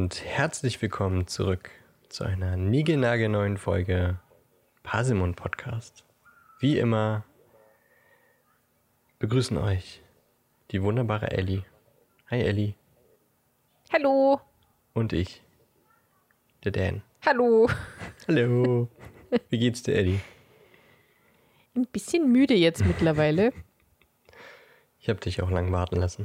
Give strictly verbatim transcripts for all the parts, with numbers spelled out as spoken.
und herzlich willkommen zurück zu einer niegelnagelneuen Folge Parsimon Podcast. Wie immer begrüßen euch die wunderbare Ellie. Hi Ellie. Hallo. Und ich, der Dan. Hallo. Hallo. Wie geht's dir, Ellie? Ein bisschen müde jetzt mittlerweile. Ich habe dich auch lang warten lassen.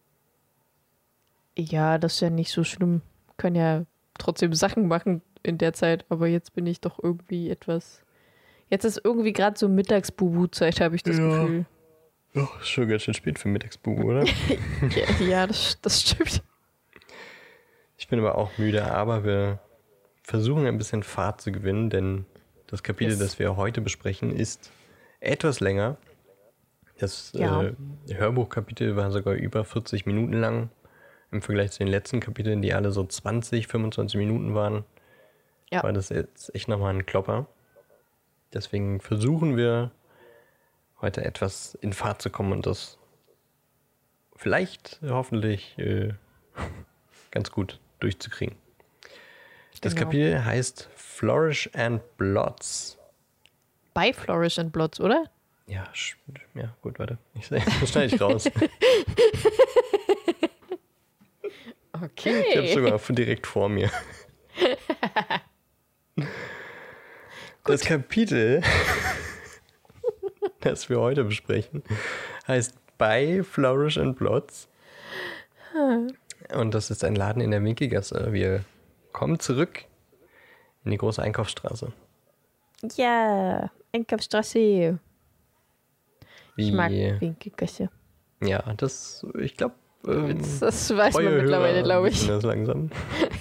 Ja, das ist ja nicht so schlimm. Können ja trotzdem Sachen machen in der Zeit, aber jetzt bin ich doch irgendwie etwas... Jetzt ist irgendwie gerade so Mittagsbubu-Zeit, habe ich das ja. Gefühl. Oh, ist schon ganz schön spät für Mittagsbubu, oder? ja, ja das, das stimmt. Ich bin aber auch müde, aber wir versuchen ein bisschen Fahrt zu gewinnen, denn das Kapitel, yes. das wir heute besprechen, ist etwas länger. Das ja. äh, Hörbuchkapitel war sogar über vierzig Minuten lang. Im Vergleich zu den letzten Kapiteln, die alle so zwanzig, fünfundzwanzig Minuten waren, ja. war das jetzt echt nochmal ein Klopper. Deswegen versuchen wir heute etwas in Fahrt zu kommen und das vielleicht, hoffentlich, äh, ganz gut durchzukriegen. Das genau. Kapitel heißt Flourish and Blots. Bei Flourish and Blots, oder? Ja, sch- ja gut, warte. Ich, das schneide ich raus. Okay. Ich habe es sogar direkt vor mir. Das Kapitel, das wir heute besprechen, heißt Bei Flourish and Blots. Und das ist ein Laden in der Winkelgasse. Wir kommen zurück in die große Einkaufsstraße. Ja, Einkaufsstraße. Wie, ich mag Winkelgasse. Ja, das, ich glaube, ähm, das, das weiß man mittlerweile, glaube ich. Das langsam.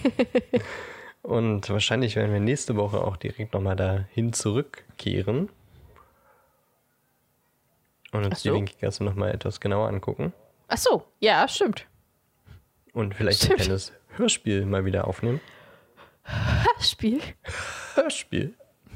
Und wahrscheinlich werden wir nächste Woche auch direkt nochmal dahin zurückkehren und uns so. die Winkelgasse nochmal etwas genauer angucken. Ach so, ja, stimmt. Und vielleicht stimmt. ein kleines Hörspiel mal wieder aufnehmen. Hörspiel? Hörspiel.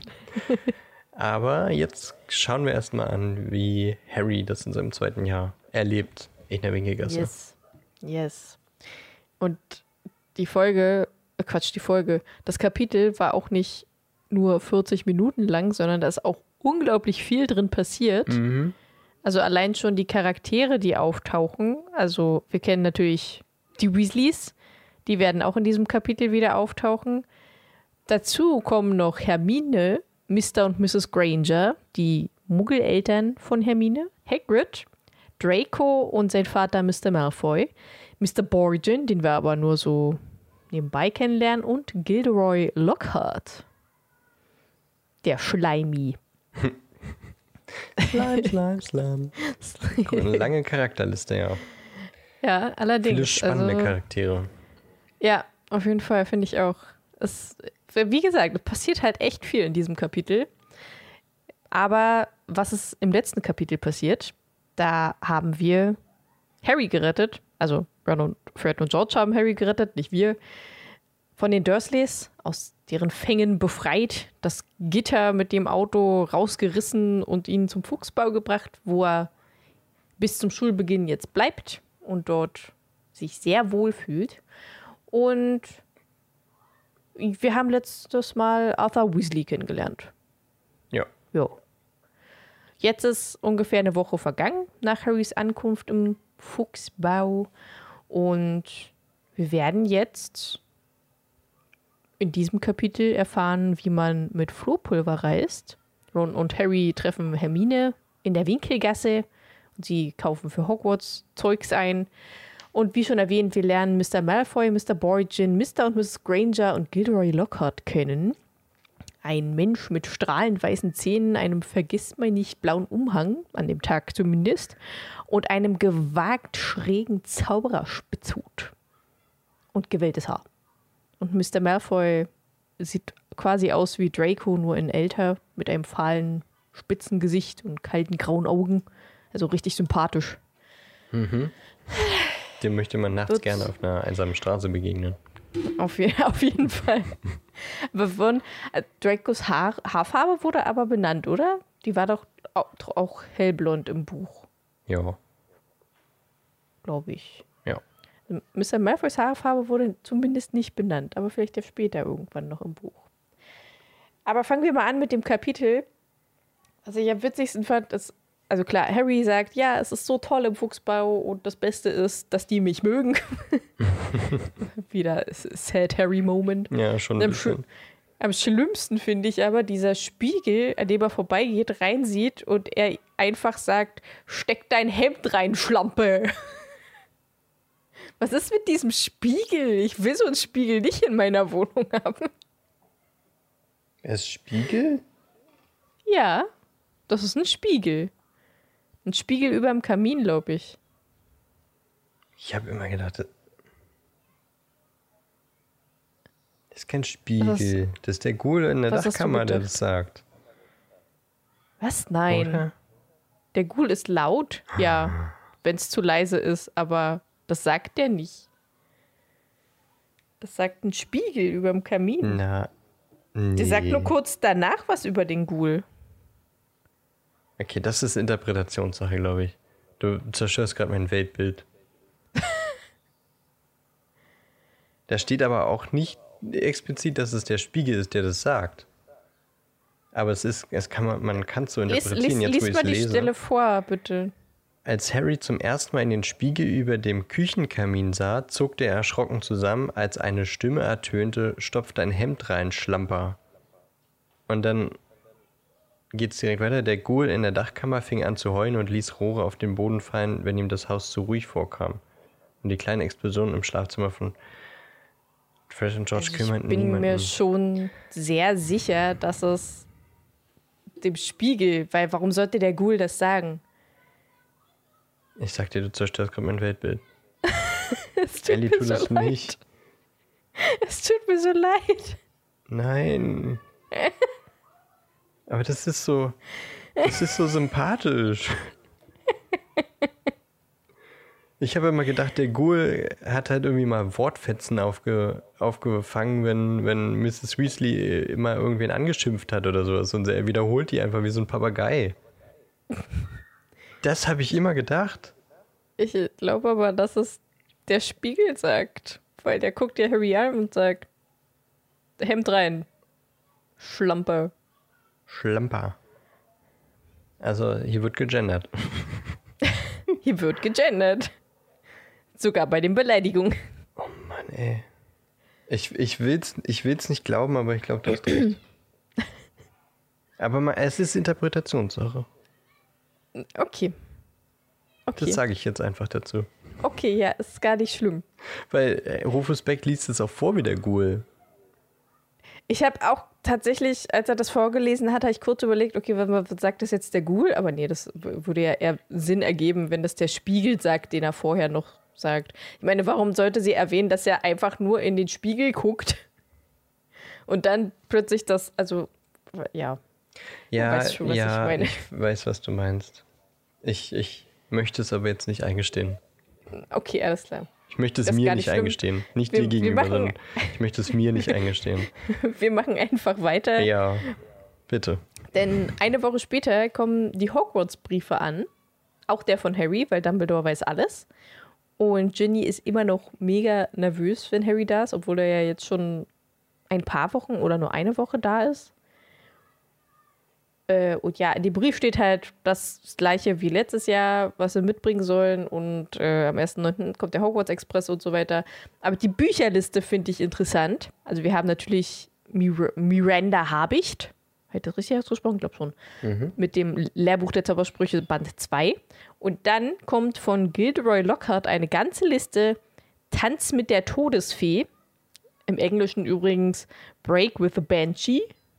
Aber jetzt schauen wir erstmal an, wie Harry das in seinem zweiten Jahr erlebt in der Winkelgasse. Yes, yes. Und die Folge, äh Quatsch, die Folge, das Kapitel war auch nicht nur vierzig Minuten lang, sondern da ist auch unglaublich viel drin passiert. Mhm. Also allein schon die Charaktere, die auftauchen. Also wir kennen natürlich die Weasleys, die werden auch in diesem Kapitel wieder auftauchen. Dazu kommen noch Hermine, Mister und Misses Granger, die Muggeleltern von Hermine, Hagrid, Draco und sein Vater Mister Malfoy, Mister Borgin, den wir aber nur so nebenbei kennenlernen, und Gilderoy Lockhart, der Schleimi. Slime, Slime, Slime. Eine lange Charakterliste, ja. Ja, allerdings. Viele spannende also, Charaktere. Ja, auf jeden Fall finde ich auch. Es, wie gesagt, es passiert halt echt viel in diesem Kapitel. Aber was ist im letzten Kapitel passiert? Da haben wir Harry gerettet. Also Ron und Fred und George haben Harry gerettet, nicht wir. Von den Dursleys, aus deren Fängen befreit, das Gitter mit dem Auto rausgerissen und ihn zum Fuchsbau gebracht, wo er bis zum Schulbeginn jetzt bleibt und dort sich sehr wohl fühlt. Und wir haben letztes Mal Arthur Weasley kennengelernt. Ja. Ja. Jetzt ist ungefähr eine Woche vergangen nach Harrys Ankunft im Fuchsbau. Und wir werden jetzt in diesem Kapitel erfahren, wie man mit Flohpulver reist. Ron und Harry treffen Hermine in der Winkelgasse und sie kaufen für Hogwarts Zeugs ein. Und wie schon erwähnt, wir lernen Mister Malfoy, Mister Borgin, Mister und Misses Granger und Gilderoy Lockhart kennen. Ein Mensch mit strahlend weißen Zähnen, einem vergisst-mein-nicht blauen Umhang, an dem Tag zumindest, und einem gewagt schrägen Zaubererspitzhut. Und gewelltes Haar. Und Mister Malfoy sieht quasi aus wie Draco, nur in älter, mit einem fahlen, spitzen Gesicht und kalten grauen Augen. Also richtig sympathisch. Mhm. Dem möchte man nachts Ups. gerne auf einer einsamen Straße begegnen. Auf, je- auf jeden Fall. Aber von äh, Dracos Haar, Haarfarbe wurde aber benannt, oder? Die war doch auch, auch hellblond im Buch, Ja. glaube ich. Ja. Mister Malfoys Haarfarbe wurde zumindest nicht benannt, aber vielleicht ja später irgendwann noch im Buch. Aber fangen wir mal an mit dem Kapitel. Was ich am witzigsten fand, ist, also klar, Harry sagt, ja, es ist so toll im Fuchsbau und das Beste ist, dass die mich mögen. Wieder Sad Harry-Moment. Ja, schon ein bisschen. Am schlimmsten finde ich aber dieser Spiegel, an dem er vorbeigeht, reinsieht und er einfach sagt, steck dein Hemd rein, Schlampe. Was ist mit diesem Spiegel? Ich will so einen Spiegel nicht in meiner Wohnung haben. Er ist Spiegel? Ja, das ist ein Spiegel. Ein Spiegel über dem Kamin, glaube ich. Ich habe immer gedacht, das ist kein Spiegel. Was? Das ist der Ghoul in der Was hast du Dachkammer, der gedacht? das sagt. Was? Nein. Oder? Der Ghoul ist laut, ja, wenn es zu leise ist, aber das sagt der nicht. Das sagt ein Spiegel über dem Kamin. Na, nee. Der sagt nur kurz danach was über den Ghoul. Okay, das ist Interpretationssache, glaube ich. Du zerstörst gerade mein Weltbild. Da steht aber auch nicht explizit, dass es der Spiegel ist, der das sagt. Aber es ist, es kann man, man kann es so interpretieren, lies, lies, jetzt wo ich lies es mal die lese. Stelle vor, bitte. Als Harry zum ersten Mal in den Spiegel über dem Küchenkamin sah, zuckte er erschrocken zusammen, als eine Stimme ertönte, stopf dein Hemd rein, Schlamper. Und dann geht's direkt weiter. Der Ghoul in der Dachkammer fing an zu heulen und ließ Rohre auf den Boden fallen, wenn ihm das Haus zu ruhig vorkam. Und die kleine Explosion im Schlafzimmer von Fred und George Also kümmerten ich bin niemanden. mir schon sehr sicher, dass es dem Spiegel, weil warum sollte der Ghoul das sagen? Ich sag dir, du zerstörst gerade mein Weltbild. Es tut Ellie mir tut so es leid. nicht. Es tut mir so leid. Nein. Aber das ist so, das ist so sympathisch. Ich habe immer gedacht, der Ghoul hat halt irgendwie mal Wortfetzen aufge, aufgefangen, wenn, wenn Misses Weasley immer irgendwen angeschimpft hat oder sowas. Und er wiederholt die einfach wie so ein Papagei. Das habe ich immer gedacht. Ich glaube aber, dass es der Spiegel sagt. Weil der guckt ja Harry an und sagt, Hemd rein, Schlampe. Schlamper. Also hier wird gegendert. Hier wird gegendert. Sogar bei den Beleidigungen. Oh Mann, ey. Ich, ich will's, ich will's nicht glauben, aber ich glaube, du hast recht. Aber mal, es ist Interpretationssache. Okay. Okay. Das sage ich jetzt einfach dazu. Okay, ja, ist gar nicht schlimm. Weil äh, Rufus Beck liest es auch vor wie der Ghoul. Ich habe auch tatsächlich, als er das vorgelesen hat, habe ich kurz überlegt, okay, was sagt das jetzt der Ghoul? Aber nee, das würde ja eher Sinn ergeben, wenn das der Spiegel sagt, den er vorher noch sagt. Ich meine, warum sollte sie erwähnen, dass er einfach nur in den Spiegel guckt und dann plötzlich das, also, ja. Ja, Du weißt schon, was ja, ich meine. ich weiß, was du meinst. Ich, ich möchte es aber jetzt nicht eingestehen. Okay, alles klar. Ich möchte es Das ist mir gar nicht nicht schlimm. eingestehen. Nicht Wir- dir wir gegenüber, machen- sondern ich möchte es mir nicht eingestehen. Wir machen einfach weiter. Ja, bitte. Denn eine Woche später kommen die Hogwarts-Briefe an. Auch der von Harry, weil Dumbledore weiß alles. Und Ginny ist immer noch mega nervös, wenn Harry da ist, obwohl er ja jetzt schon ein paar Wochen oder nur eine Woche da ist. Äh, und ja, in dem Brief steht halt das Gleiche wie letztes Jahr, was sie mitbringen sollen. Und äh, am ersten neunten kommt der Hogwarts Express und so weiter. Aber die Bücherliste finde ich interessant. Also wir haben natürlich Mir- Miranda Habicht. Hätte das richtig ausgesprochen? Ich glaube schon. Mhm. Mit dem Lehrbuch der Zaubersprüche Band zwei. Und dann kommt von Gilderoy Lockhart eine ganze Liste Tanz mit der Todesfee. Im Englischen übrigens Break with the Banshee.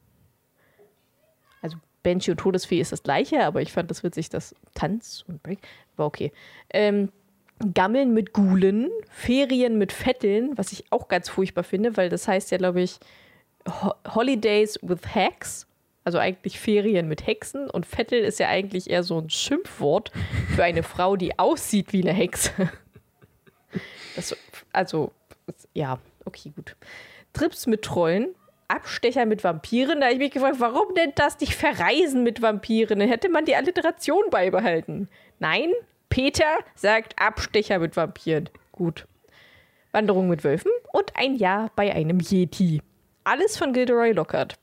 Also Banshee und Todesfee ist das gleiche, aber ich fand das witzig, dass Tanz und Break war okay. Ähm, Gammeln mit Gulen, Ferien mit Vetteln, was ich auch ganz furchtbar finde, weil das heißt ja, glaube ich, Ho- Holidays with Hacks. Also eigentlich Ferien mit Hexen. Und Vettel ist ja eigentlich eher so ein Schimpfwort für eine Frau, die aussieht wie eine Hexe. Das, also, ja, okay, gut. Trips mit Trollen, Abstecher mit Vampiren. Da habe ich mich gefragt, warum nennt das nicht Verreisen mit Vampiren? Dann hätte man die Alliteration beibehalten. Nein, Peter sagt Abstecher mit Vampiren. Gut. Wanderung mit Wölfen und ein Jahr bei einem Yeti. Alles von Gilderoy Lockhart.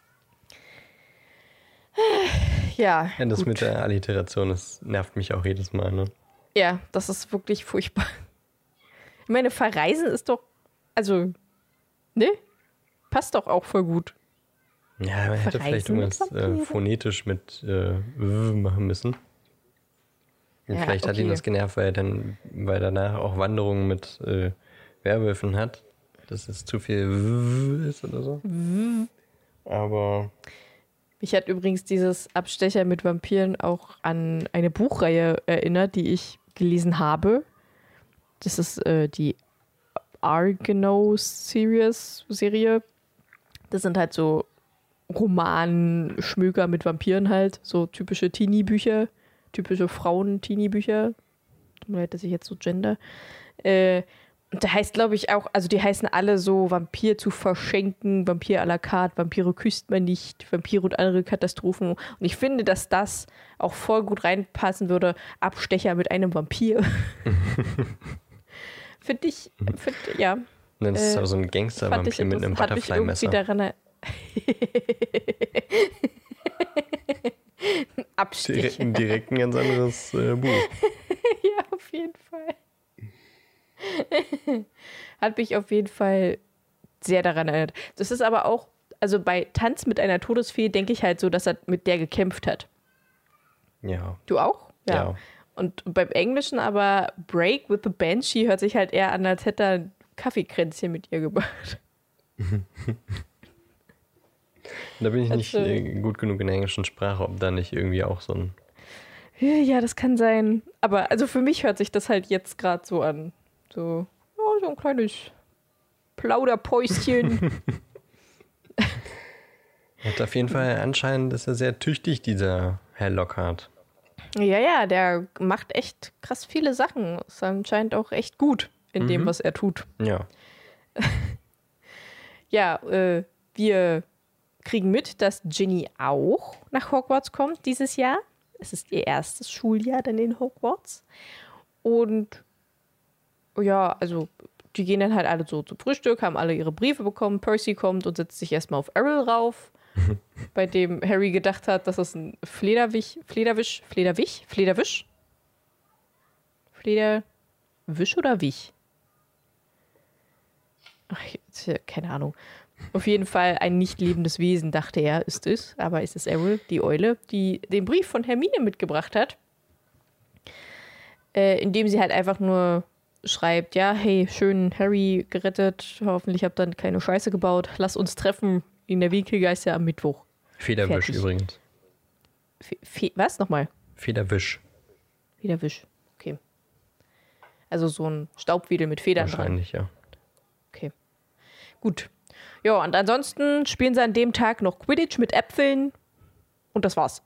Ja, ja das gut. mit der Alliteration, das nervt mich auch jedes Mal, ne? Ja, das ist wirklich furchtbar. Ich meine, verreisen ist doch, also, ne? Passt doch auch voll gut. Ja, man hätte vielleicht irgendwas äh, phonetisch mit äh, w machen müssen. Und ja, vielleicht okay. hat ihn das genervt, weil er dann, weil danach auch Wanderungen mit äh, Werwölfen hat. Dass es zu viel w ist oder so. W. Aber. Mich hat übrigens dieses Abstecher mit Vampiren auch an eine Buchreihe erinnert, die ich gelesen habe. Das ist äh, die Argonaut-Series Serie. Das sind halt so Roman-Schmöker mit Vampiren halt. So typische Teenie-Bücher. Typische Frauen-Teenie-Bücher. Tut mir leid, dass ich jetzt so gender. Äh, und da heißt, glaube ich, auch, also die heißen alle so Vampir zu verschenken, Vampir à la carte, Vampire küsst man nicht, Vampire und andere Katastrophen. Und ich finde, dass das auch voll gut reinpassen würde. Abstecher mit einem Vampir. Finde ich, find, ja. Das ist äh, auch so ein Gangster-Vampir mit einem Butterfly-Messer. Daran Abstecher. Direkt, direkt ein ganz anderes äh, Buch. Ja, auf jeden Fall. Hat mich auf jeden Fall sehr daran erinnert. Das ist aber auch, also bei Tanz mit einer Todesfee denke ich halt so, dass er mit der gekämpft hat. Ja. Du auch? Ja. ja. Und beim Englischen aber Break with the Banshee hört sich halt eher an, als hätte er ein Kaffeekränzchen mit ihr gemacht. Da bin ich nicht also, gut genug in der englischen Sprache, ob da nicht irgendwie auch so ein... Ja, das kann sein. Aber also für mich hört sich das halt jetzt gerade so an. So, ja, so ein kleines Plauderpäuschen. Hat auf jeden Fall anscheinend, ist er sehr tüchtig, dieser Herr Lockhart. Ja, ja, der macht echt krass viele Sachen. Ist anscheinend auch echt gut in mhm. dem, was er tut. Ja. Ja, äh, wir kriegen mit, dass Ginny auch nach Hogwarts kommt dieses Jahr. Es ist ihr erstes Schuljahr dann in Hogwarts. Und ja, also die gehen dann halt alle so zu Frühstück, haben alle ihre Briefe bekommen. Percy kommt und setzt sich erstmal auf Errol rauf, bei dem Harry gedacht hat, dass das ein Flederwich, Flederwisch, Flederwich, Flederwisch? Flederwisch oder Wich? Ach, keine Ahnung. Auf jeden Fall ein nicht lebendes Wesen, dachte er, ist es. Aber ist es Errol, die Eule, die den Brief von Hermine mitgebracht hat. Äh, in dem sie halt einfach nur schreibt, ja, hey, schön Harry gerettet, hoffentlich habt ihr keine Scheiße gebaut, lass uns treffen in der Winkelgeister am Mittwoch. Federwisch Fertig. Übrigens. Fe- Fe- was? Nochmal? Federwisch. Federwisch, okay. Also so ein Staubwedel mit Federn dran. Wahrscheinlich, ja. Okay, gut. Ja, und ansonsten spielen sie an dem Tag noch Quidditch mit Äpfeln und das war's.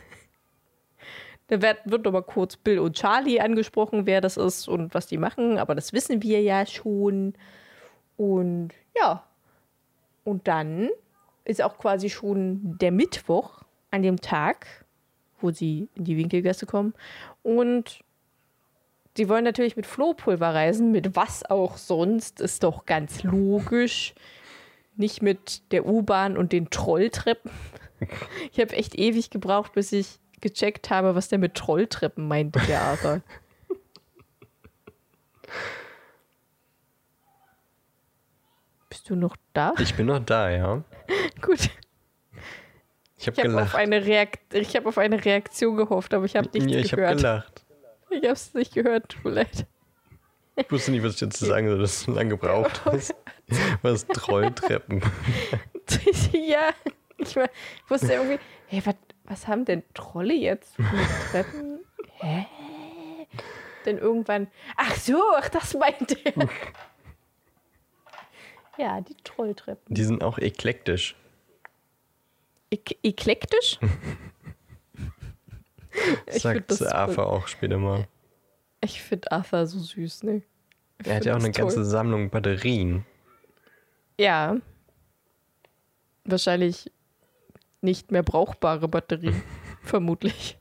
Da wird, wird aber kurz Bill und Charlie angesprochen, wer das ist und was die machen, aber das wissen wir ja schon. Und ja, und dann ist auch quasi schon der Mittwoch an dem Tag, wo sie in die Winkelgasse kommen. Und sie wollen natürlich mit Flohpulver reisen, mit was auch sonst, ist doch ganz logisch. Nicht mit der U-Bahn und den Trolltreppen. Ich habe echt ewig gebraucht, bis ich gecheckt habe, was der mit Trolltreppen meinte, der Arthur. Bist du noch da? Ich bin noch da, ja. Gut. Ich habe hab gelacht. Auf eine Reakt- ich habe auf eine Reaktion gehofft, aber ich habe nichts ja, ich gehört. Ich habe gelacht. Ich habe es nicht gehört, tut mir leid. Ich wusste nicht, was ich jetzt sagen soll, dass du lange gebraucht hast. Was Trolltreppen? Ja, ich, war, ich wusste irgendwie, hey, was, was haben denn Trolle jetzt mit Treppen? Hä? Denn irgendwann, ach so, ach, das meinte er. Ja, die Trolltreppen. Die sind auch eklektisch. E- eklektisch? Sagt Arthur auch später mal. Ich finde Arthur so süß, ne? Ich er hat ja auch eine toll. ganze Sammlung Batterien. Ja. Wahrscheinlich nicht mehr brauchbare Batterien. Vermutlich.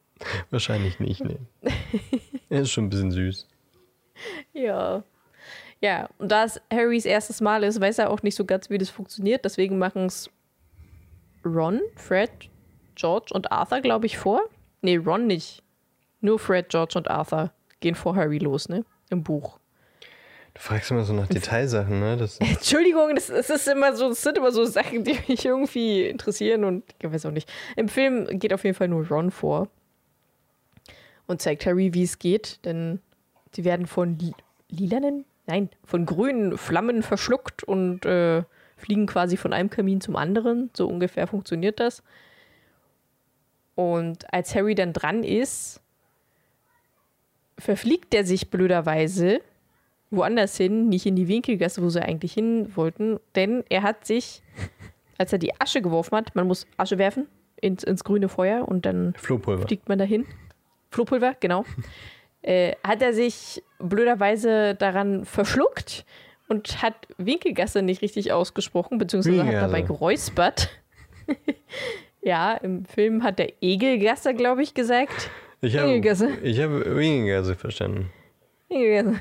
Wahrscheinlich nicht, ne. Er ist schon ein bisschen süß. Ja. Ja, und da es Harrys erstes Mal ist, weiß er auch nicht so ganz, wie das funktioniert. Deswegen machen es Ron, Fred, George und Arthur, glaube ich, vor. Nee, Ron nicht. Nur Fred, George und Arthur gehen vor Harry los, ne? Im Buch. Du fragst immer so nach Detailsachen, ne? Das Entschuldigung, das, das ist immer so, das sind immer so Sachen, die mich irgendwie interessieren und ich weiß auch nicht. Im Film geht auf jeden Fall nur Ron vor und zeigt Harry, wie es geht, denn sie werden von li- lilanen, nein, von grünen Flammen verschluckt und äh, fliegen quasi von einem Kamin zum anderen. So ungefähr funktioniert das. Und als Harry dann dran ist, verfliegt er sich blöderweise woanders hin, nicht in die Winkelgasse, wo sie eigentlich hin wollten, denn er hat sich, als er die Asche geworfen hat, man muss Asche werfen ins, ins grüne Feuer und dann Flohpulver. fliegt man dahin. Flohpulver, genau. äh, hat er sich blöderweise daran verschluckt und hat Winkelgasse nicht richtig ausgesprochen, beziehungsweise hat dabei geräuspert. Ja, im Film hat er Egelgasse, glaube ich, gesagt. Ich habe ich hab Winkelgasse verstanden. Egelgasse.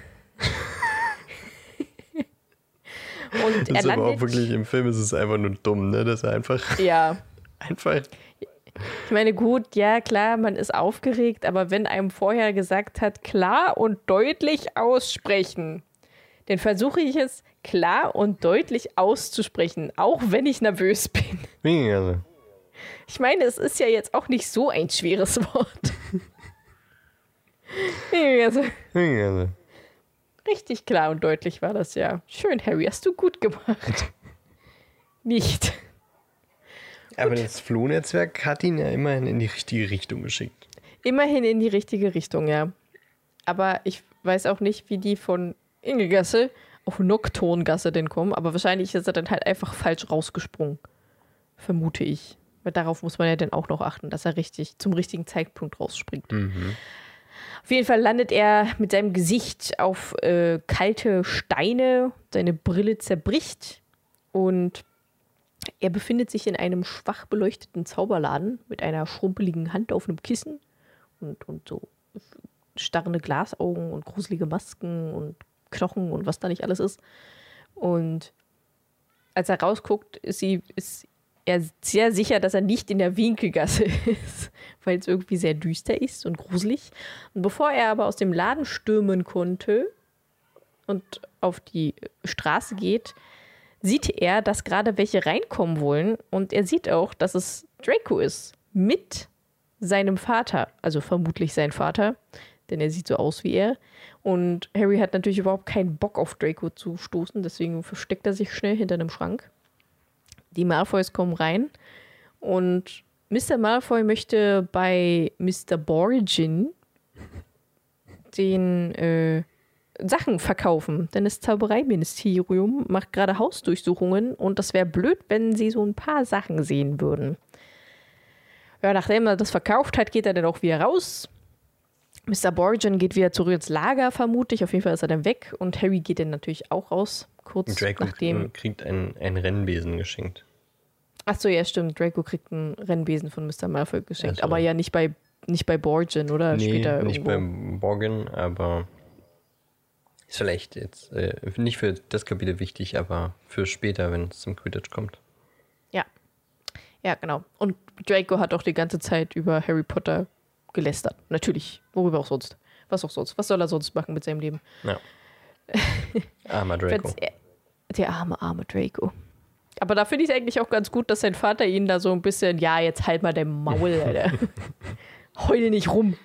Und das er ist landet, aber auch wirklich, im Film ist es einfach nur dumm, ne? Dass er einfach. Ja. Einfach. Ich meine, gut, ja, klar, man ist aufgeregt, aber wenn einem vorher gesagt hat, klar und deutlich aussprechen, dann versuche ich es klar und deutlich auszusprechen, auch wenn ich nervös bin. Winkelgasse. Ich meine, es ist ja jetzt auch nicht so ein schweres Wort. Winkelgasse. Winkelgasse. Richtig klar und deutlich war das ja. Schön, Harry, hast du gut gemacht. Nicht. Aber gut. Das Flohnetzwerk hat ihn ja immerhin in die richtige Richtung geschickt. Immerhin in die richtige Richtung, ja. Aber ich weiß auch nicht, wie die von Ingelgasse auf Nocturngasse denn kommen. Aber wahrscheinlich ist er dann halt einfach falsch rausgesprungen. Vermute ich. Weil darauf muss man ja dann auch noch achten, dass er richtig zum richtigen Zeitpunkt rausspringt. Mhm. Auf jeden Fall landet er mit seinem Gesicht auf äh, kalte Steine, seine Brille zerbricht und er befindet sich in einem schwach beleuchteten Zauberladen mit einer schrumpeligen Hand auf einem Kissen und, und so starrende Glasaugen und gruselige Masken und Knochen und was da nicht alles ist. Und als er rausguckt, ist, sie, ist er sehr sicher, dass er nicht in der Winkelgasse ist, weil es irgendwie sehr düster ist und gruselig. Und bevor er aber aus dem Laden stürmen konnte und auf die Straße geht, sieht er, dass gerade welche reinkommen wollen. Und er sieht auch, dass es Draco ist, mit seinem Vater, also vermutlich sein Vater, denn er sieht so aus wie er. Und Harry hat natürlich überhaupt keinen Bock auf Draco zu stoßen, deswegen versteckt er sich schnell hinter einem Schrank. Die Malfoys kommen rein und Mister Malfoy möchte bei Mister Borgin den äh, Sachen verkaufen, denn das Zaubereiministerium macht gerade Hausdurchsuchungen und das wäre blöd, wenn sie so ein paar Sachen sehen würden. Ja, nachdem er das verkauft hat, geht er dann auch wieder raus. Mister Borgin geht wieder zurück ins Lager, vermutlich. Auf jeden Fall ist er dann weg und Harry geht dann natürlich auch raus. Kurz Draco nachdem kriegt einen, einen Rennbesen geschenkt. Achso, ja, stimmt. Draco kriegt einen Rennbesen von Mister Malfoy geschenkt. Also, aber ja nicht bei, nicht bei Borgin, oder? Nee, Später nicht irgendwo. bei Borgin, aber ist vielleicht jetzt äh, nicht für das Kapitel wichtig, aber für später, wenn es zum Quidditch kommt. Ja. Ja, genau. Und Draco hat auch die ganze Zeit über Harry Potter gelästert. Natürlich. Worüber auch sonst. Was auch sonst. Was soll er sonst machen mit seinem Leben? Ja. Armer Draco. Der arme, arme Draco. Aber da finde ich es eigentlich auch ganz gut, dass sein Vater ihn da so ein bisschen, ja, jetzt halt mal dein Maul, Alter. Heul nicht rum.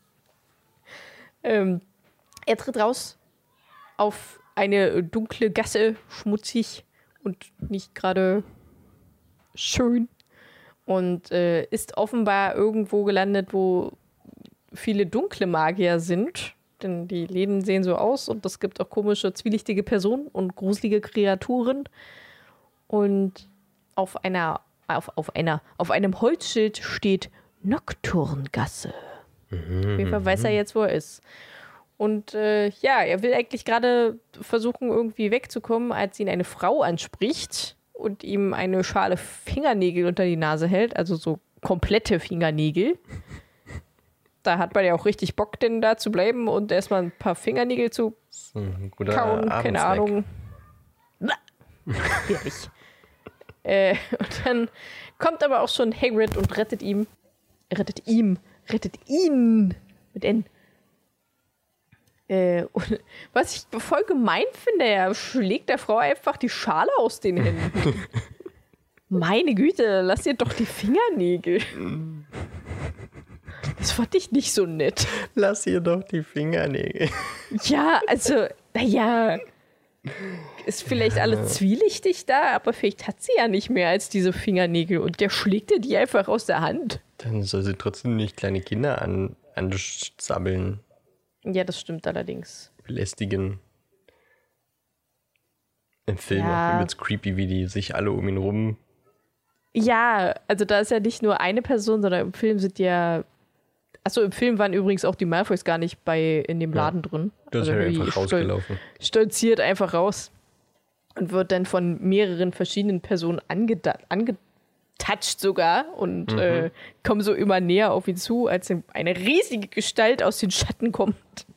Ähm, er tritt raus auf eine dunkle Gasse, schmutzig und nicht gerade schön. Und äh, ist offenbar irgendwo gelandet, wo viele dunkle Magier sind. Denn die Läden sehen so aus und es gibt auch komische, zwielichtige Personen und gruselige Kreaturen. Und auf einer, auf, auf einer, auf einem Holzschild steht Nocturngasse. Mhm. Auf jeden Fall weiß er jetzt, wo er ist. Und äh, ja, er will eigentlich gerade versuchen, irgendwie wegzukommen, als ihn eine Frau anspricht und ihm eine Schale Fingernägel unter die Nase hält, also so komplette Fingernägel. Da hat man ja auch richtig Bock, denn da zu bleiben und erstmal ein paar Fingernägel zu ein guter kauen. Keine Ahnung. Ehrlich. äh, und dann kommt aber auch schon Hagrid und rettet ihm. Rettet ihm. Rettet ihn. Mit N. Äh, und was ich voll gemein finde, er schlägt der Frau einfach die Schale aus den Händen. Meine Güte, lass ihr doch die Fingernägel. Das fand ich nicht so nett. Lass ihr doch die Fingernägel. Ja, also, naja, ist vielleicht ja. alles zwielichtig da, aber vielleicht hat sie ja nicht mehr als diese Fingernägel und der schlägt ihr die einfach aus der Hand. Dann soll sie trotzdem nicht kleine Kinder an, ansabbeln. Ja, das stimmt allerdings. Belästigen. Im Film ja. auch übelst creepy, wie die sich alle um ihn rum. Ja, also da ist ja nicht nur eine Person, sondern im Film sind ja. Achso, im Film waren übrigens auch die Malfoys gar nicht bei in dem Laden ja. drin. Das also ist ja einfach rausgelaufen. Stolziert einfach raus und wird dann von mehreren verschiedenen Personen angeda- angetatscht sogar und mhm. äh, kommen so immer näher auf ihn zu, als eine riesige Gestalt aus den Schatten kommt.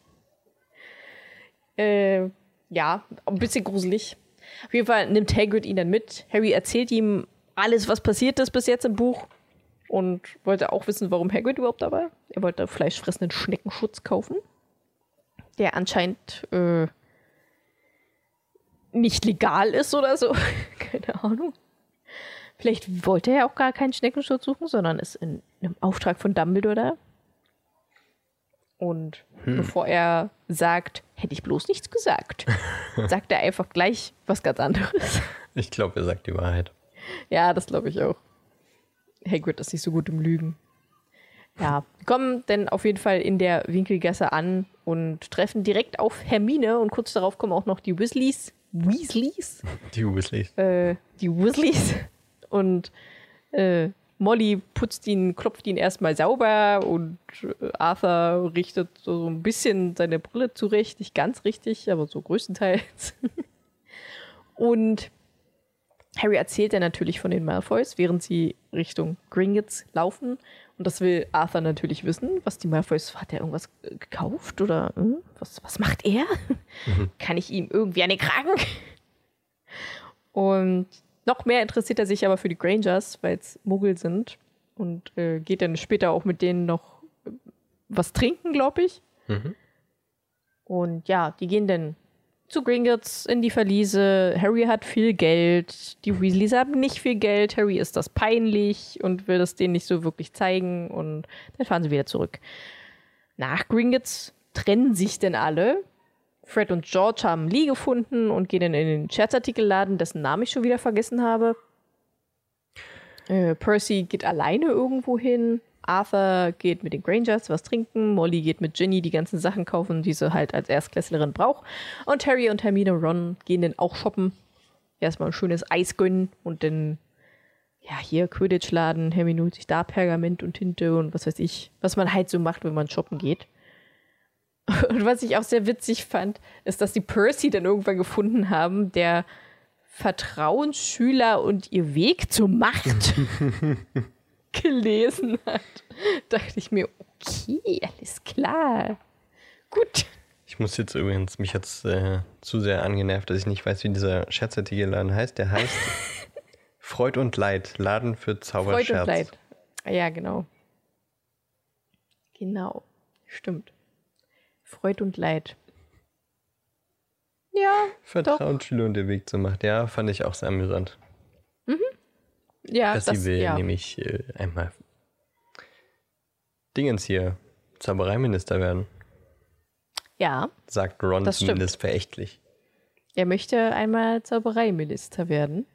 Äh, ja, ein bisschen gruselig. Auf jeden Fall nimmt Hagrid ihn dann mit. Harry erzählt ihm alles, was passiert ist bis jetzt im Buch. Und wollte auch wissen, warum Hagrid überhaupt da war. Er wollte fleischfressenden Schneckenschutz kaufen, der anscheinend äh, nicht legal ist oder so. Keine Ahnung. Vielleicht wollte er auch gar keinen Schneckenschutz suchen, sondern ist in einem Auftrag von Dumbledore da. Und hm. bevor er sagt, hätte ich bloß nichts gesagt, sagt er einfach gleich was ganz anderes. Ich glaube, er sagt die Wahrheit. Ja, das glaube ich auch. Hagrid ist nicht so gut im Lügen. Ja, kommen dann auf jeden Fall in der Winkelgasse an und treffen direkt auf Hermine und kurz darauf kommen auch noch die Weasleys. Weasleys? Die Weasleys. Äh, die Weasleys. Und äh, Molly putzt ihn, klopft ihn erstmal sauber und äh, Arthur richtet so ein bisschen seine Brille zurecht. Nicht ganz richtig, aber so größtenteils. Und Harry erzählt dann natürlich von den Malfoys, während sie Richtung Gringotts laufen. Und das will Arthur natürlich wissen, was die Malfoys, hat er irgendwas gekauft oder hm, was, was macht er? Mhm. Kann ich ihm irgendwie eine Kragen? Und noch mehr interessiert er sich aber für die Grangers, weil es Muggel sind. Und äh, geht dann später auch mit denen noch was trinken, glaube ich. Mhm. Und ja, die gehen dann zu Gringotts in die Verliese. Harry hat viel Geld. Die Weasleys haben nicht viel Geld. Harry ist das peinlich und will das denen nicht so wirklich zeigen. Und dann fahren sie wieder zurück. Nach Gringotts trennen sich denn alle. Fred und George haben Lee gefunden und gehen dann in den Scherzartikelladen, dessen Namen ich schon wieder vergessen habe. Äh, Percy geht alleine irgendwo hin. Arthur geht mit den Grangers was trinken. Molly geht mit Ginny die ganzen Sachen kaufen, die sie halt als Erstklässlerin braucht. Und Harry und Hermine und Ron gehen dann auch shoppen. Erstmal ein schönes Eis gönnen und dann, ja, hier Quidditch-Laden. Hermine holt sich da Pergament und Tinte und was weiß ich, was man halt so macht, wenn man shoppen geht. Und was ich auch sehr witzig fand, ist, dass die Percy dann irgendwann gefunden haben, der Vertrauensschüler und ihr Weg zur Macht gelesen hat. Dachte ich mir, okay, alles klar. Gut. Ich muss jetzt übrigens, mich jetzt äh, zu sehr angenervt, dass ich nicht weiß, wie dieser Scherzartikelladen heißt. Der heißt Freud und Leid, Laden für Zauberscherz. Freud und Leid. Ja, genau. Genau, stimmt. Freud und Leid. Ja, Vertrauensschüler und der Weg zur Macht. Ja, fand ich auch sehr amüsant. Mhm. Ja, Dass das, sie will ja. nämlich äh, einmal Dingens hier, Zaubereiminister werden. Ja. Sagt Ron zumindest verächtlich. Er möchte einmal Zaubereiminister werden.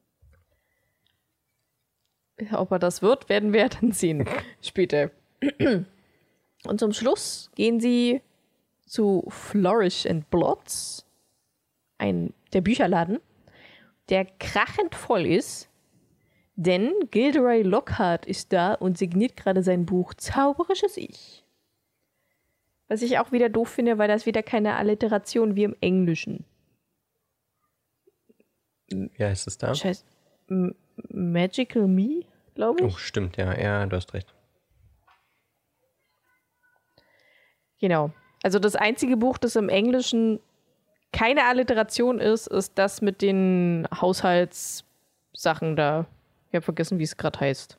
Ob er das wird, werden wir dann sehen später. Und zum Schluss gehen sie zu Flourish and Blots, ein, der Bücherladen, der krachend voll ist, denn Gilderoy Lockhart ist da und signiert gerade sein Buch Zauberisches Ich. Was ich auch wieder doof finde, weil das wieder keine Alliteration wie im Englischen. Wie heißt es da? Scheiß, M- Magical Me, glaube ich. Oh, stimmt, ja, ja, du hast recht. Genau. Also das einzige Buch, das im Englischen keine Alliteration ist, ist das mit den Haushaltssachen da. Ich habe vergessen, wie es gerade heißt.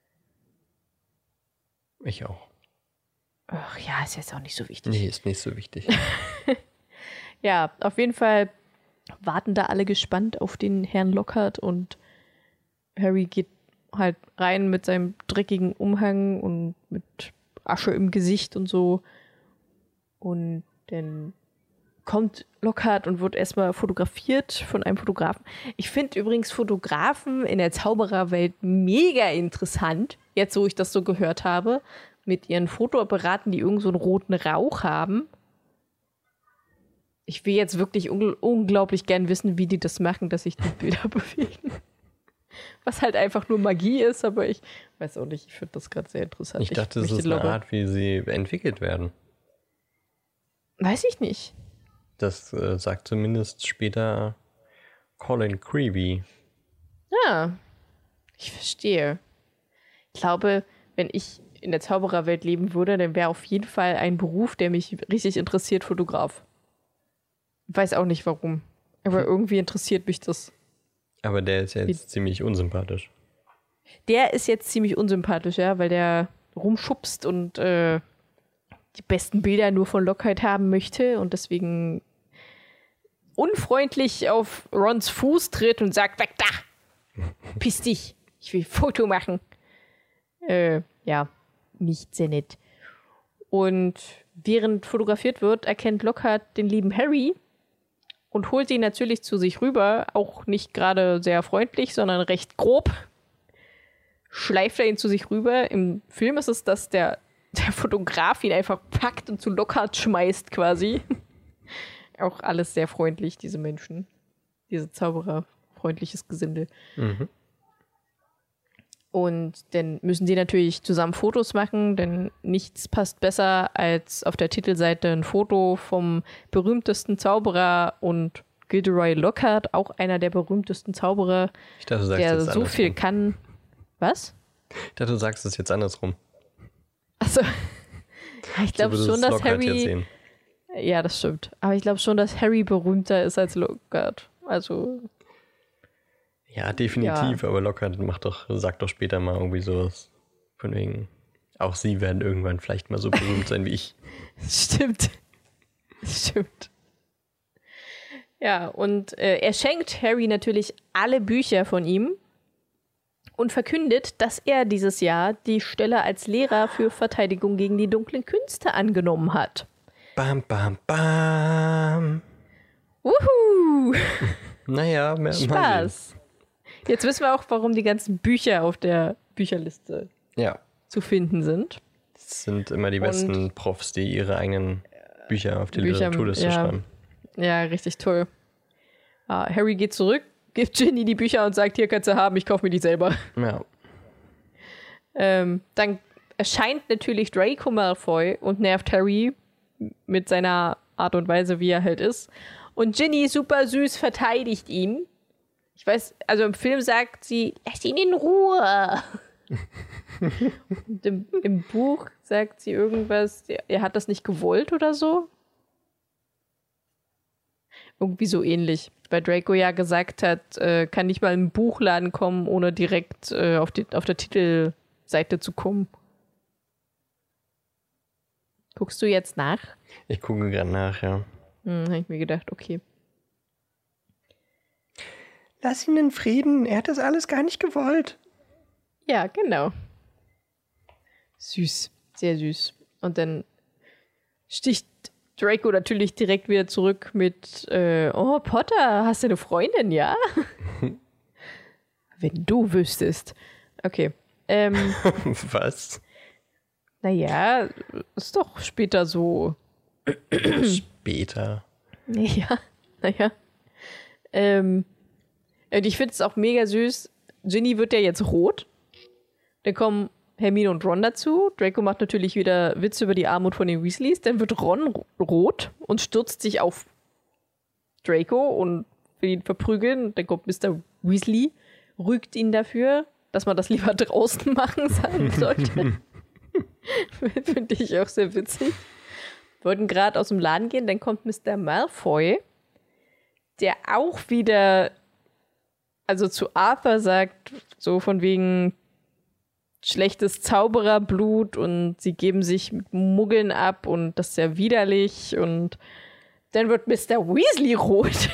Ich auch. Ach ja, ist jetzt auch nicht so wichtig. Nee, ist nicht so wichtig. Ja, auf jeden Fall warten da alle gespannt auf den Herrn Lockhart und Harry geht halt rein mit seinem dreckigen Umhang und mit Asche im Gesicht und so. Und dann kommt Lockhart und wird erstmal fotografiert von einem Fotografen. Ich finde übrigens Fotografen in der Zaubererwelt mega interessant, jetzt wo ich das so gehört habe, mit ihren Fotoapparaten, die irgend so einen roten Rauch haben. Ich will jetzt wirklich un- unglaublich gern wissen, wie die das machen, dass sich die Bilder bewegen. Was halt einfach nur Magie ist, aber ich weiß auch nicht, ich finde das gerade sehr interessant. Ich dachte, das ist eine Art, wie sie entwickelt werden. Weiß ich nicht. Das äh, sagt zumindest später Colin Creevey. Ja, ich verstehe. Ich glaube, wenn ich in der Zaubererwelt leben würde, dann wäre auf jeden Fall ein Beruf, der mich richtig interessiert, Fotograf. Ich weiß auch nicht warum, aber irgendwie interessiert mich das. Aber der ist jetzt Wie? ziemlich unsympathisch. Der ist jetzt ziemlich unsympathisch, ja, weil der rumschubst und äh, die besten Bilder nur von Lockhart haben möchte und deswegen unfreundlich auf Rons Fuß tritt und sagt, weg da! Piss dich! Ich will ein Foto machen. Äh, ja, nicht sehr nett. Und während fotografiert wird, erkennt Lockhart den lieben Harry und holt ihn natürlich zu sich rüber, auch nicht gerade sehr freundlich, sondern recht grob. Schleift er ihn zu sich rüber. Im Film ist es, dass der, der Fotograf ihn einfach packt und zu Lockhart schmeißt quasi. Auch alles sehr freundlich, diese Menschen. Diese Zauberer, freundliches Gesindel. Mhm. Und dann müssen sie natürlich zusammen Fotos machen, denn nichts passt besser als auf der Titelseite ein Foto vom berühmtesten Zauberer und Gilderoy Lockhart, auch einer der berühmtesten Zauberer, ich dachte, du sagst der das so andersrum. viel kann. Was? Ich dachte, du sagst es jetzt andersrum. Achso. Ich glaube so schon, dass Lockhart Harry... Ja, das stimmt. Aber ich glaube schon, dass Harry berühmter ist als Lockhart. Also... Ja, definitiv, ja. Aber Lockhart macht doch, sagt doch später mal irgendwie sowas. Von wegen, auch sie werden irgendwann vielleicht mal so berühmt sein wie ich. Stimmt. Stimmt. Ja, und äh, er schenkt Harry natürlich alle Bücher von ihm und verkündet, dass er dieses Jahr die Stelle als Lehrer für Verteidigung gegen die dunklen Künste angenommen hat. Bam, bam, bam. Wuhu! Naja, mehr Spaß. Jetzt wissen wir auch, warum die ganzen Bücher auf der Bücherliste ja. zu finden sind. Das sind immer die besten und Profs, die ihre eigenen Bücher auf die Bücher, Literaturliste ja, schreiben. Ja, richtig toll. Ah, Harry geht zurück, gibt Ginny die Bücher und sagt, hier kannst du haben, ich kaufe mir die selber. Ja. Ähm, dann erscheint natürlich Draco Malfoy und nervt Harry mit seiner Art und Weise, wie er halt ist. Und Ginny, super süß, verteidigt ihn. Ich weiß, also im Film sagt sie, lass ihn in Ruhe. Und im, im Buch sagt sie irgendwas, er hat das nicht gewollt oder so. Irgendwie so ähnlich. Weil Draco ja gesagt hat, äh, kann nicht mal in einen Buchladen kommen, ohne direkt äh, auf, die, auf der Titelseite zu kommen. Guckst du jetzt nach? Ich gucke gerade nach, ja. Hm, habe ich mir gedacht, okay. Lass ihn in Frieden, er hat das alles gar nicht gewollt. Ja, genau. Süß, sehr süß. Und dann sticht Draco natürlich direkt wieder zurück mit äh, oh, Potter, hast du eine Freundin, ja? Wenn du wüsstest. Okay. Ähm, Was? Naja, ist doch später so. Später? Ja, naja. Ähm, und ich finde es auch mega süß. Ginny wird ja jetzt rot. Dann kommen Hermine und Ron dazu. Draco macht natürlich wieder Witze über die Armut von den Weasleys. Dann wird Ron rot und stürzt sich auf Draco und will ihn verprügeln. Dann kommt Mister Weasley, rügt ihn dafür, dass man das lieber draußen machen sollte. Finde ich auch sehr witzig. wollten gerade aus dem Laden gehen, dann kommt Mister Malfoy, der auch wieder, also zu Arthur sagt, so von wegen schlechtes Zaubererblut und sie geben sich mit Muggeln ab und das ist ja widerlich und dann wird Mister Weasley rot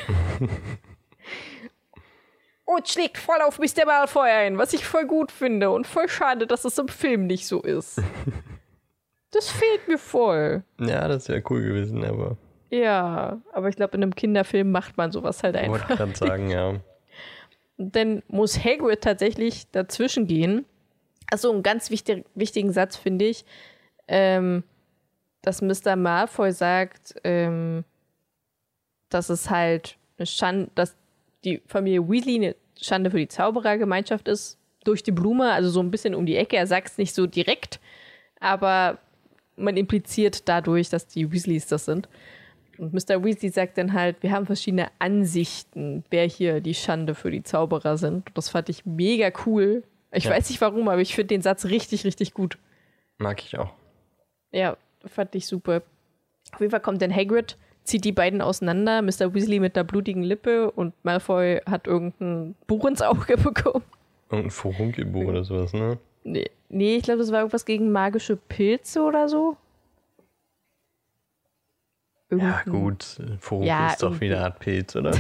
und schlägt voll auf Mister Malfoy ein, was ich voll gut finde und voll schade, dass es im Film nicht so ist. Das fehlt mir voll. Ja, das wäre cool gewesen, aber... Ja, aber ich glaube, in einem Kinderfilm macht man sowas halt einfach. Ich wollte gerade sagen, ja. Und dann muss Hagrid tatsächlich dazwischen gehen. Also einen ganz wichtig, wichtigen Satz finde ich, ähm, dass Mister Malfoy sagt, ähm, dass es halt eine Schande, dass die Familie Weasley eine Schande für die Zauberergemeinschaft ist, durch die Blume, also so ein bisschen um die Ecke. Er sagt es nicht so direkt, aber man impliziert dadurch, dass die Weasleys das sind. Und Mister Weasley sagt dann halt, wir haben verschiedene Ansichten, wer hier die Schande für die Zauberer sind. Und das fand ich mega cool. Ich ja. weiß nicht warum, aber ich finde den Satz richtig, richtig gut. Mag ich auch. Ja, fand ich super. Auf jeden Fall kommt dann Hagrid, zieht die beiden auseinander. Mister Weasley mit der blutigen Lippe und Malfoy hat irgendein Buch ins Auge bekommen. Irgendein Furunkelbuch oder sowas, ne? Nee, nee ich glaube, das war irgendwas gegen magische Pilze oder so. Irgendein ja, gut. Furunkel ja, ist doch wieder eine Art Pilz, oder?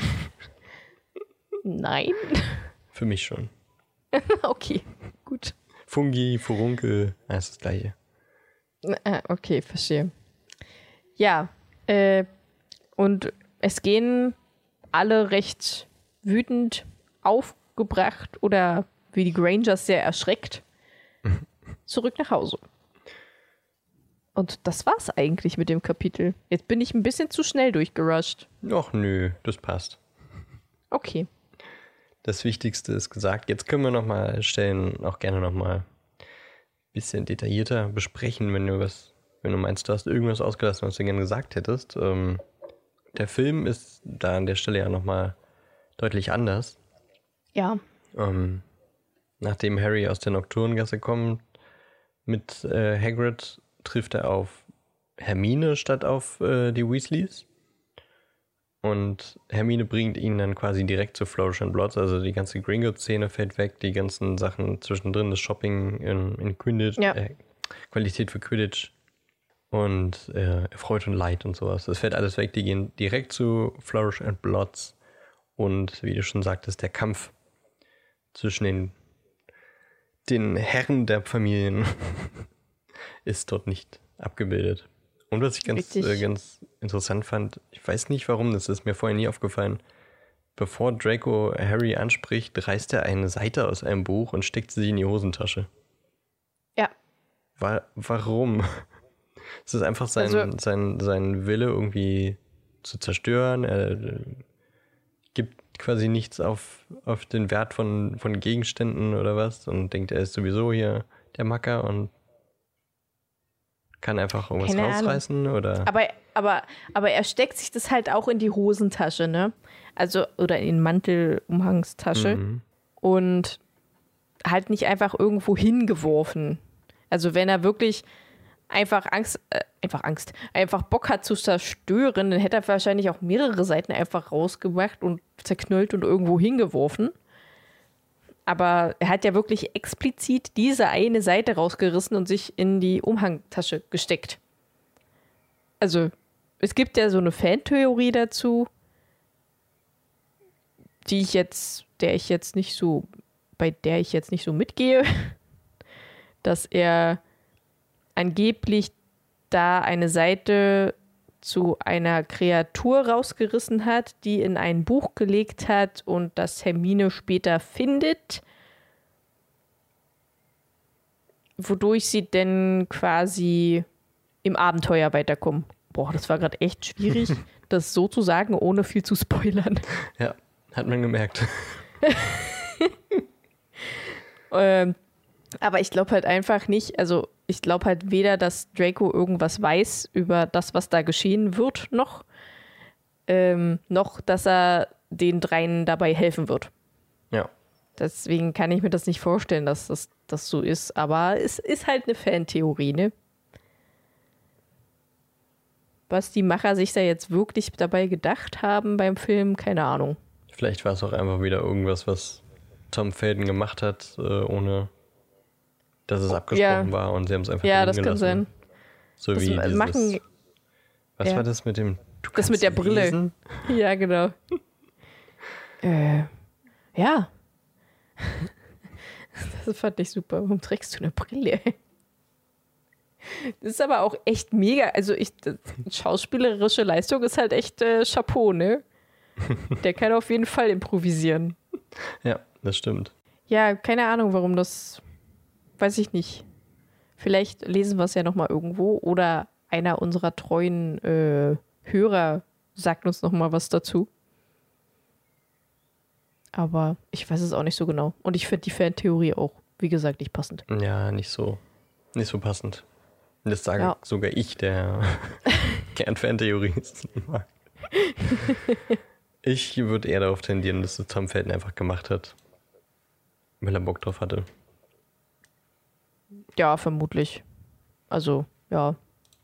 Nein. Für mich schon. Okay, gut. Fungi, Furunkel, das ist das Gleiche. Okay, verstehe. Ja, äh, und es gehen alle recht wütend, aufgebracht oder wie die Grangers sehr erschreckt zurück nach Hause. Und das war's eigentlich mit dem Kapitel. Jetzt bin ich ein bisschen zu schnell durchgerusht. Ach nö, das passt. Okay. Das Wichtigste ist gesagt. Jetzt können wir nochmal Stellen auch gerne nochmal ein bisschen detaillierter besprechen, wenn du was, wenn du meinst, du hast irgendwas ausgelassen, was du gerne gesagt hättest. Ähm, der Film ist da an der Stelle ja nochmal deutlich anders. Ja. Ähm, nachdem Harry aus der Nocturngasse kommt, mit äh, Hagrid trifft er auf Hermine statt auf äh, die Weasleys. Und Hermine bringt ihn dann quasi direkt zu Flourish and Blotts. Also die ganze Gringotts-Szene fällt weg, die ganzen Sachen zwischendrin, das Shopping in, in Quidditch, ja. äh, Qualität für Quidditch und äh, Freude und Leid und sowas. Das fällt alles weg, die gehen direkt zu Flourish and Blotts. Und wie du schon sagtest, der Kampf zwischen den, den Herren der Familien ist dort nicht abgebildet. Und was ich ganz, äh, ganz interessant fand, ich weiß nicht warum, das ist mir vorher nie aufgefallen, bevor Draco Harry anspricht, reißt er eine Seite aus einem Buch und steckt sie in die Hosentasche. Ja. War, warum? Es ist einfach sein, also, sein, sein Wille irgendwie zu zerstören. Er gibt quasi nichts auf, auf den Wert von, von Gegenständen oder was und denkt, er ist sowieso hier der Macker und kann einfach irgendwas Keine rausreißen Ahnung. Oder? Aber, aber, aber er steckt sich das halt auch in die Hosentasche, ne? Also, oder in die Mantelumhangstasche. Mhm. Und halt nicht einfach irgendwo hingeworfen. Also, wenn er wirklich einfach Angst, äh, einfach Angst, einfach Bock hat zu zerstören, dann hätte er wahrscheinlich auch mehrere Seiten einfach rausgemacht und zerknüllt und irgendwo hingeworfen. Aber er hat ja wirklich explizit diese eine Seite rausgerissen und sich in die Umhangtasche gesteckt. Also, es gibt ja so eine Fantheorie dazu, die ich jetzt, der ich jetzt nicht so, bei der ich jetzt nicht so mitgehe, dass er angeblich da eine Seite zu einer Kreatur rausgerissen hat, die in ein Buch gelegt hat und das Hermine später findet, wodurch sie denn quasi im Abenteuer weiterkommen. Boah, das war gerade echt schwierig, das so zu sagen, ohne viel zu spoilern. Ja, hat man gemerkt. ähm, aber ich glaube halt einfach nicht, also ich glaube halt weder, dass Draco irgendwas weiß über das, was da geschehen wird, noch, ähm, noch, dass er den dreien dabei helfen wird. Ja. Deswegen kann ich mir das nicht vorstellen, dass das, das so ist. Aber es ist halt eine Fantheorie, ne? Was die Macher sich da jetzt wirklich dabei gedacht haben beim Film, keine Ahnung. Vielleicht war es auch einfach wieder irgendwas, was Tom Felton gemacht hat, äh, ohne dass es abgesprochen ja. war und sie haben es einfach ja, drin das gelassen. Kann sein. So das wie dieses, machen, was ja. war das mit dem du Das mit der Brille. Lesen? Ja, genau. äh, ja. Das fand ich super. Warum trägst du eine Brille? Das ist aber auch echt mega. Also ich, schauspielerische Leistung ist halt echt äh, Chapeau, ne? Der kann auf jeden Fall improvisieren. Ja, das stimmt. Ja, keine Ahnung, warum das, weiß ich nicht. Vielleicht lesen wir es ja nochmal irgendwo oder einer unserer treuen äh, Hörer sagt uns nochmal was dazu. Aber ich weiß es auch nicht so genau. Und ich finde die Fantheorie auch, wie gesagt, nicht passend. Ja, nicht so, nicht so passend. Das sage ja. sogar ich, der gern Fantheorien mag. Ich würde eher darauf tendieren, dass es Tom Felton einfach gemacht hat, weil er Bock drauf hatte. Ja, vermutlich. Also, ja.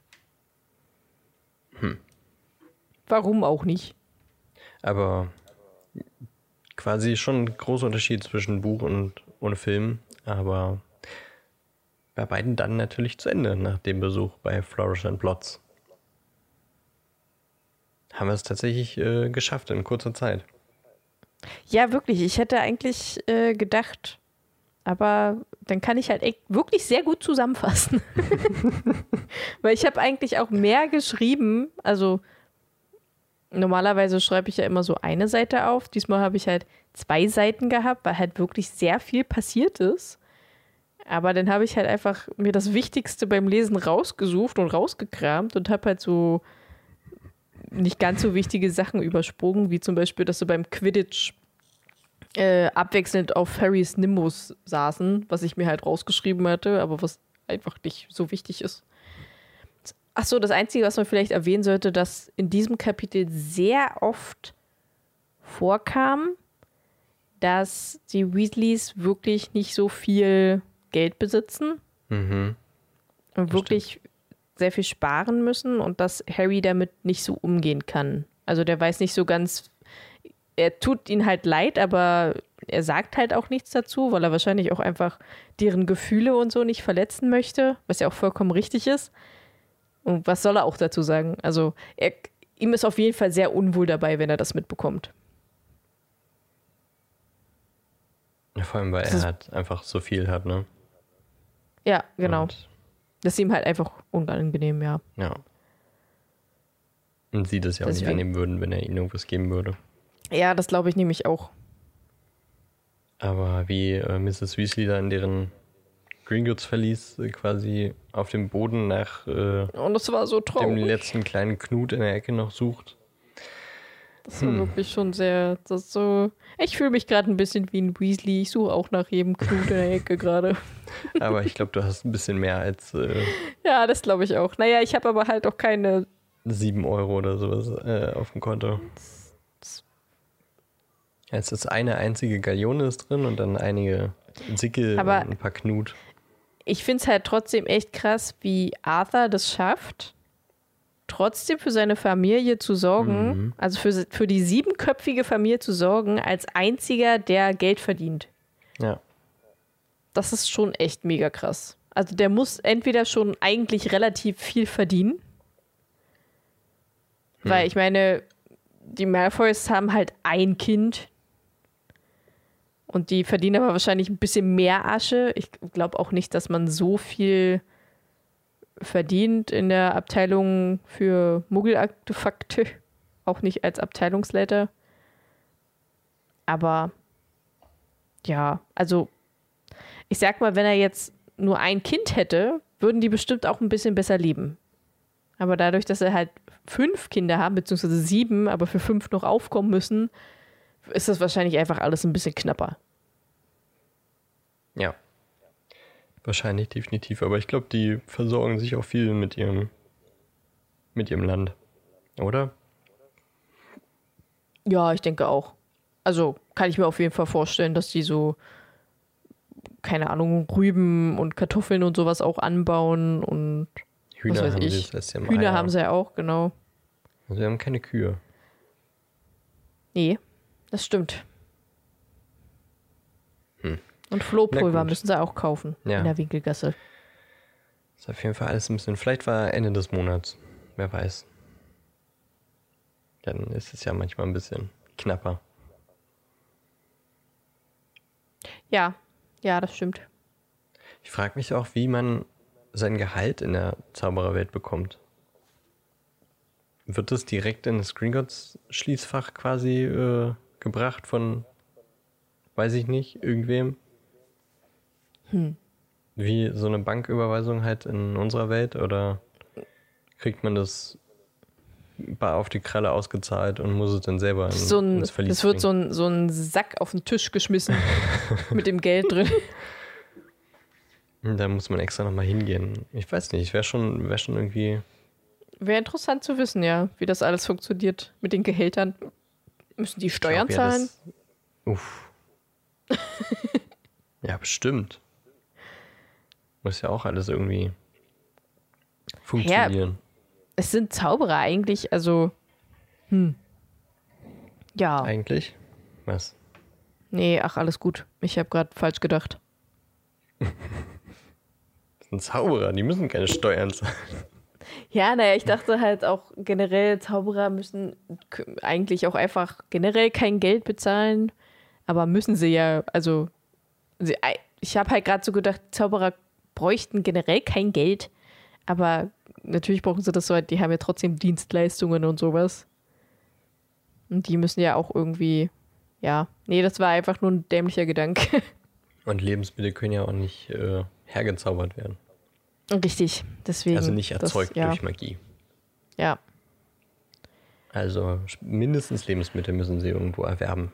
Hm. Warum auch nicht? Aber quasi schon ein großer Unterschied zwischen Buch und, und Film, aber bei beiden dann natürlich zu Ende nach dem Besuch bei Flourish and Blotts. Haben wir es tatsächlich äh, geschafft in kurzer Zeit. Ja, wirklich. Ich hätte eigentlich äh, gedacht, aber dann kann ich halt echt wirklich sehr gut zusammenfassen. Weil ich habe eigentlich auch mehr geschrieben. Also normalerweise schreibe ich ja immer so eine Seite auf. Diesmal habe ich halt zwei Seiten gehabt, weil halt wirklich sehr viel passiert ist. Aber dann habe ich halt einfach mir das Wichtigste beim Lesen rausgesucht und rausgekramt und habe halt so nicht ganz so wichtige Sachen übersprungen, wie zum Beispiel, dass sie beim Quidditch äh, abwechselnd auf Harrys Nimbus saßen, was ich mir halt rausgeschrieben hatte, aber was einfach nicht so wichtig ist. Achso, das Einzige, was man vielleicht erwähnen sollte, dass in diesem Kapitel sehr oft vorkam, dass die Weasleys wirklich nicht so viel Geld besitzen mhm. und wirklich stimmt. sehr viel sparen müssen und dass Harry damit nicht so umgehen kann. Also der weiß nicht so ganz, er tut ihnen halt leid, aber er sagt halt auch nichts dazu, weil er wahrscheinlich auch einfach deren Gefühle und so nicht verletzen möchte, was ja auch vollkommen richtig ist. Und was soll er auch dazu sagen? Also er, ihm ist auf jeden Fall sehr unwohl dabei, wenn er das mitbekommt. Ja, vor allem, weil das er halt einfach so viel hat, ne? Ja, genau. Und das ist ihm halt einfach unangenehm, ja. Ja. Und sie das ja auch Deswegen. nicht annehmen würden, wenn er ihnen irgendwas geben würde. Ja, das glaube ich nämlich auch. Aber wie äh, Misses Weasley da in deren Gringotts Verlies äh, quasi auf dem Boden nach äh, und das war so traurig. dem letzten kleinen Knut in der Ecke noch sucht. Das war hm. wirklich schon sehr, das ist so, ich fühle mich gerade ein bisschen wie ein Weasley. Ich suche auch nach jedem Knut in der Ecke gerade. Aber ich glaube, du hast ein bisschen mehr als äh, ja, das glaube ich auch. Naja, ich habe aber halt auch keine sieben Euro oder sowas äh, auf dem Konto. Jetzt ist eine einzige Galeone ist drin und dann einige Sickel aber und ein paar Knut. Ich finde es halt trotzdem echt krass, wie Arthur das schafft, trotzdem für seine Familie zu sorgen, mhm. also für, für die siebenköpfige Familie zu sorgen, als einziger, der Geld verdient. Ja. Das ist schon echt mega krass. Also der muss entweder schon eigentlich relativ viel verdienen, hm. weil ich meine, die Malfoys haben halt ein Kind und die verdienen aber wahrscheinlich ein bisschen mehr Asche. Ich glaube auch nicht, dass man so viel verdient in der Abteilung für Muggelartefakte, auch nicht als Abteilungsleiter. Aber ja, also ich sag mal, wenn er jetzt nur ein Kind hätte, würden die bestimmt auch ein bisschen besser leben. Aber dadurch, dass er halt fünf Kinder haben, beziehungsweise sieben, aber für fünf noch aufkommen müssen, ist das wahrscheinlich einfach alles ein bisschen knapper. Ja. Wahrscheinlich, definitiv. Aber ich glaube, die versorgen sich auch viel mit ihrem, mit ihrem Land. Oder? Ja, ich denke auch. Also kann ich mir auf jeden Fall vorstellen, dass die so, keine Ahnung, Rüben und Kartoffeln und sowas auch anbauen und Hühner was weiß haben ich. sie das letzte Jahr. Hühner haben sie ja auch, genau. Also wir haben keine Kühe. Nee, das stimmt. Hm. Und Flohpulver müssen sie auch kaufen ja. in der Winkelgasse. Ist auf jeden Fall alles ein bisschen. Vielleicht war Ende des Monats. Wer weiß. Dann ist es ja manchmal ein bisschen knapper. Ja, ja, das stimmt. Ich frage mich auch, wie man sein Gehalt in der Zaubererwelt bekommt. Wird es direkt in das Gringotts-Schließfach quasi äh, gebracht von, weiß ich nicht, irgendwem? Hm. Wie so eine Banküberweisung halt in unserer Welt? Oder kriegt man das bar auf die Kralle ausgezahlt und muss es dann selber in, so ein, ins Verlies Das wird so ein, so ein Sack auf den Tisch geschmissen mit dem Geld drin. Da muss man extra nochmal hingehen. Ich weiß nicht, wäre schon, wär schon irgendwie... Wäre interessant zu wissen, ja, wie das alles funktioniert mit den Gehältern. Müssen die Steuern glaub, ja, zahlen? Das, uff. Ja, bestimmt. Muss ja auch alles irgendwie funktionieren. Ja, es sind Zauberer eigentlich, also hm. Ja. Eigentlich? Was? Nee, ach, alles gut. Ich habe gerade falsch gedacht. Das sind Zauberer, die müssen keine Steuern zahlen. Ja, naja, ich dachte halt auch generell, Zauberer müssen k- eigentlich auch einfach generell kein Geld bezahlen, aber müssen sie ja, also sie, ich habe halt gerade so gedacht, Zauberer bräuchten generell kein Geld, aber natürlich brauchen sie das so, die haben ja trotzdem Dienstleistungen und sowas. Und die müssen ja auch irgendwie, ja, nee, das war einfach nur ein dämlicher Gedanke. Und Lebensmittel können ja auch nicht äh, hergezaubert werden. Richtig, deswegen. Also nicht erzeugt das, ja. durch Magie. Ja. Also mindestens Lebensmittel müssen sie irgendwo erwerben.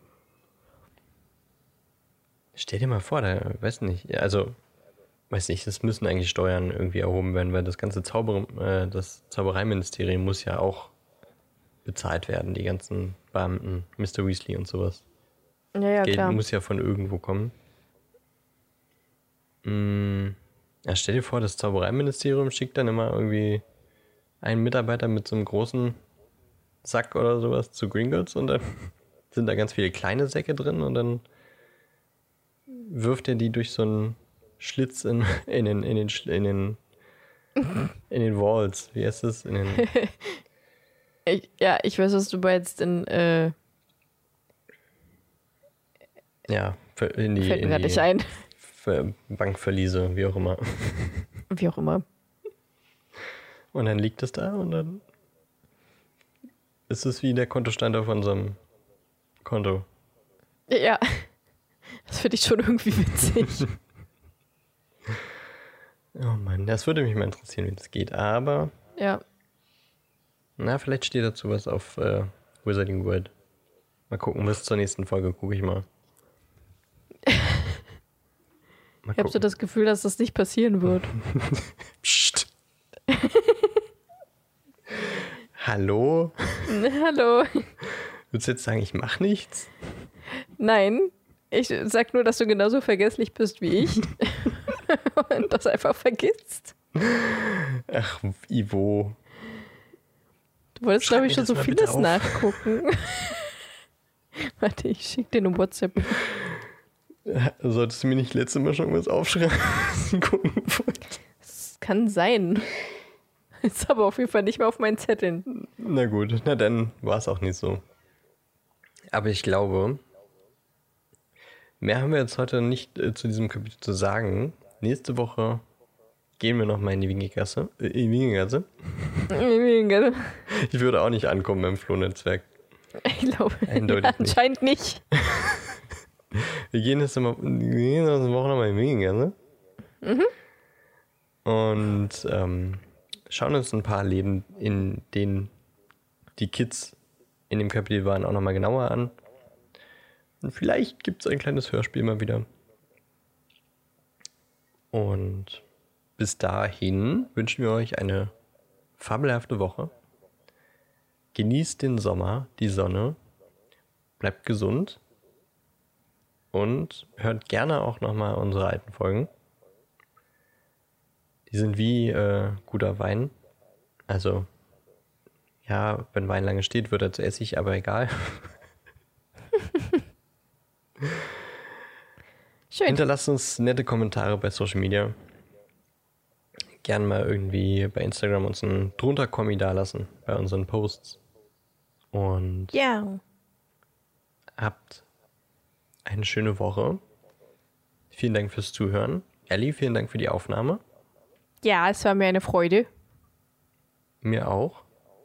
Stell dir mal vor, da, weiß nicht, also, weiß nicht, es müssen eigentlich Steuern irgendwie erhoben werden, weil das ganze Zauber, äh, das Zaubereiministerium muss ja auch bezahlt werden, die ganzen Beamten, Mister Weasley und sowas. Ja, ja, Geld klar. muss ja von irgendwo kommen. Mm, ja, stell dir vor, das Zaubereiministerium schickt dann immer irgendwie einen Mitarbeiter mit so einem großen Sack oder sowas zu Gringotts und dann sind da ganz viele kleine Säcke drin und dann wirft er die durch so einen Schlitz in, in den in den Schl- in den in den Walls. Wie heißt das? In den Ich, ja, ich weiß, was du meinst. In, äh, ja, für- in die, fällt mir in gerade die nicht ein. Ver- Bankverliese, wie auch immer. Wie auch immer. Und dann liegt es da und dann ist es wie der Kontostand auf unserem Konto. Ja, das finde ich schon irgendwie witzig. Oh Mann, das würde mich mal interessieren, wie das geht. Aber, Ja, na, vielleicht steht dazu was auf äh, Wizarding World. Mal gucken, bis zur nächsten Folge gucke ich mal. Mal ich habe so das Gefühl, dass das nicht passieren wird. Psst. Hallo? Hallo. Würdest du jetzt sagen, ich mache nichts? Nein, ich sag nur, dass du genauso vergesslich bist wie ich. Und das einfach vergisst. Ach, Ivo. Du wolltest, Schreib glaube ich, mir schon das so mal bitte vieles auf. nachgucken. Warte, ich schick dir eine WhatsApp. Solltest du mir nicht letztes Mal schon irgendwas aufschreiben? Gucken wollte. Das kann sein. Ist aber auf jeden Fall nicht mehr auf meinen Zetteln. Na gut, na dann war es auch nicht so. Aber ich glaube, mehr haben wir jetzt heute nicht äh, zu diesem Kapitel zu sagen. Nächste Woche gehen wir nochmal in die Winkelgasse. Äh, in die Winkelgasse. Ich würde auch nicht ankommen beim Flohnetzwerk. Ich glaube, Eindeutig ja, anscheinend nicht. Wir gehen jetzt immer, wir gehen nächste Woche nochmal in die Winkelgasse. Mhm. Und ähm, schauen uns ein paar Läden, in denen die Kids in dem Kapitel waren, auch nochmal genauer an. Und vielleicht gibt es ein kleines Hörspiel mal wieder. Und bis dahin wünschen wir euch eine fabelhafte Woche. Genießt den Sommer, die Sonne. Bleibt gesund. Und hört gerne auch nochmal unsere alten Folgen. Die sind wie äh, guter Wein. Also, ja, wenn Wein lange steht, wird er zu Essig, aber egal. Schön. Hinterlasst uns nette Kommentare bei Social Media. Gern mal irgendwie bei Instagram uns einen drunter-Kommi dalassen bei unseren Posts. Und ja. Habt eine schöne Woche. Vielen Dank fürs Zuhören. Ellie, vielen Dank für die Aufnahme. Ja, es war mir eine Freude. Mir auch.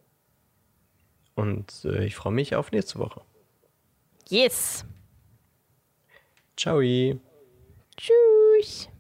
Und äh, ich freue mich auf nächste Woche. Yes. Ciao. Tschüss.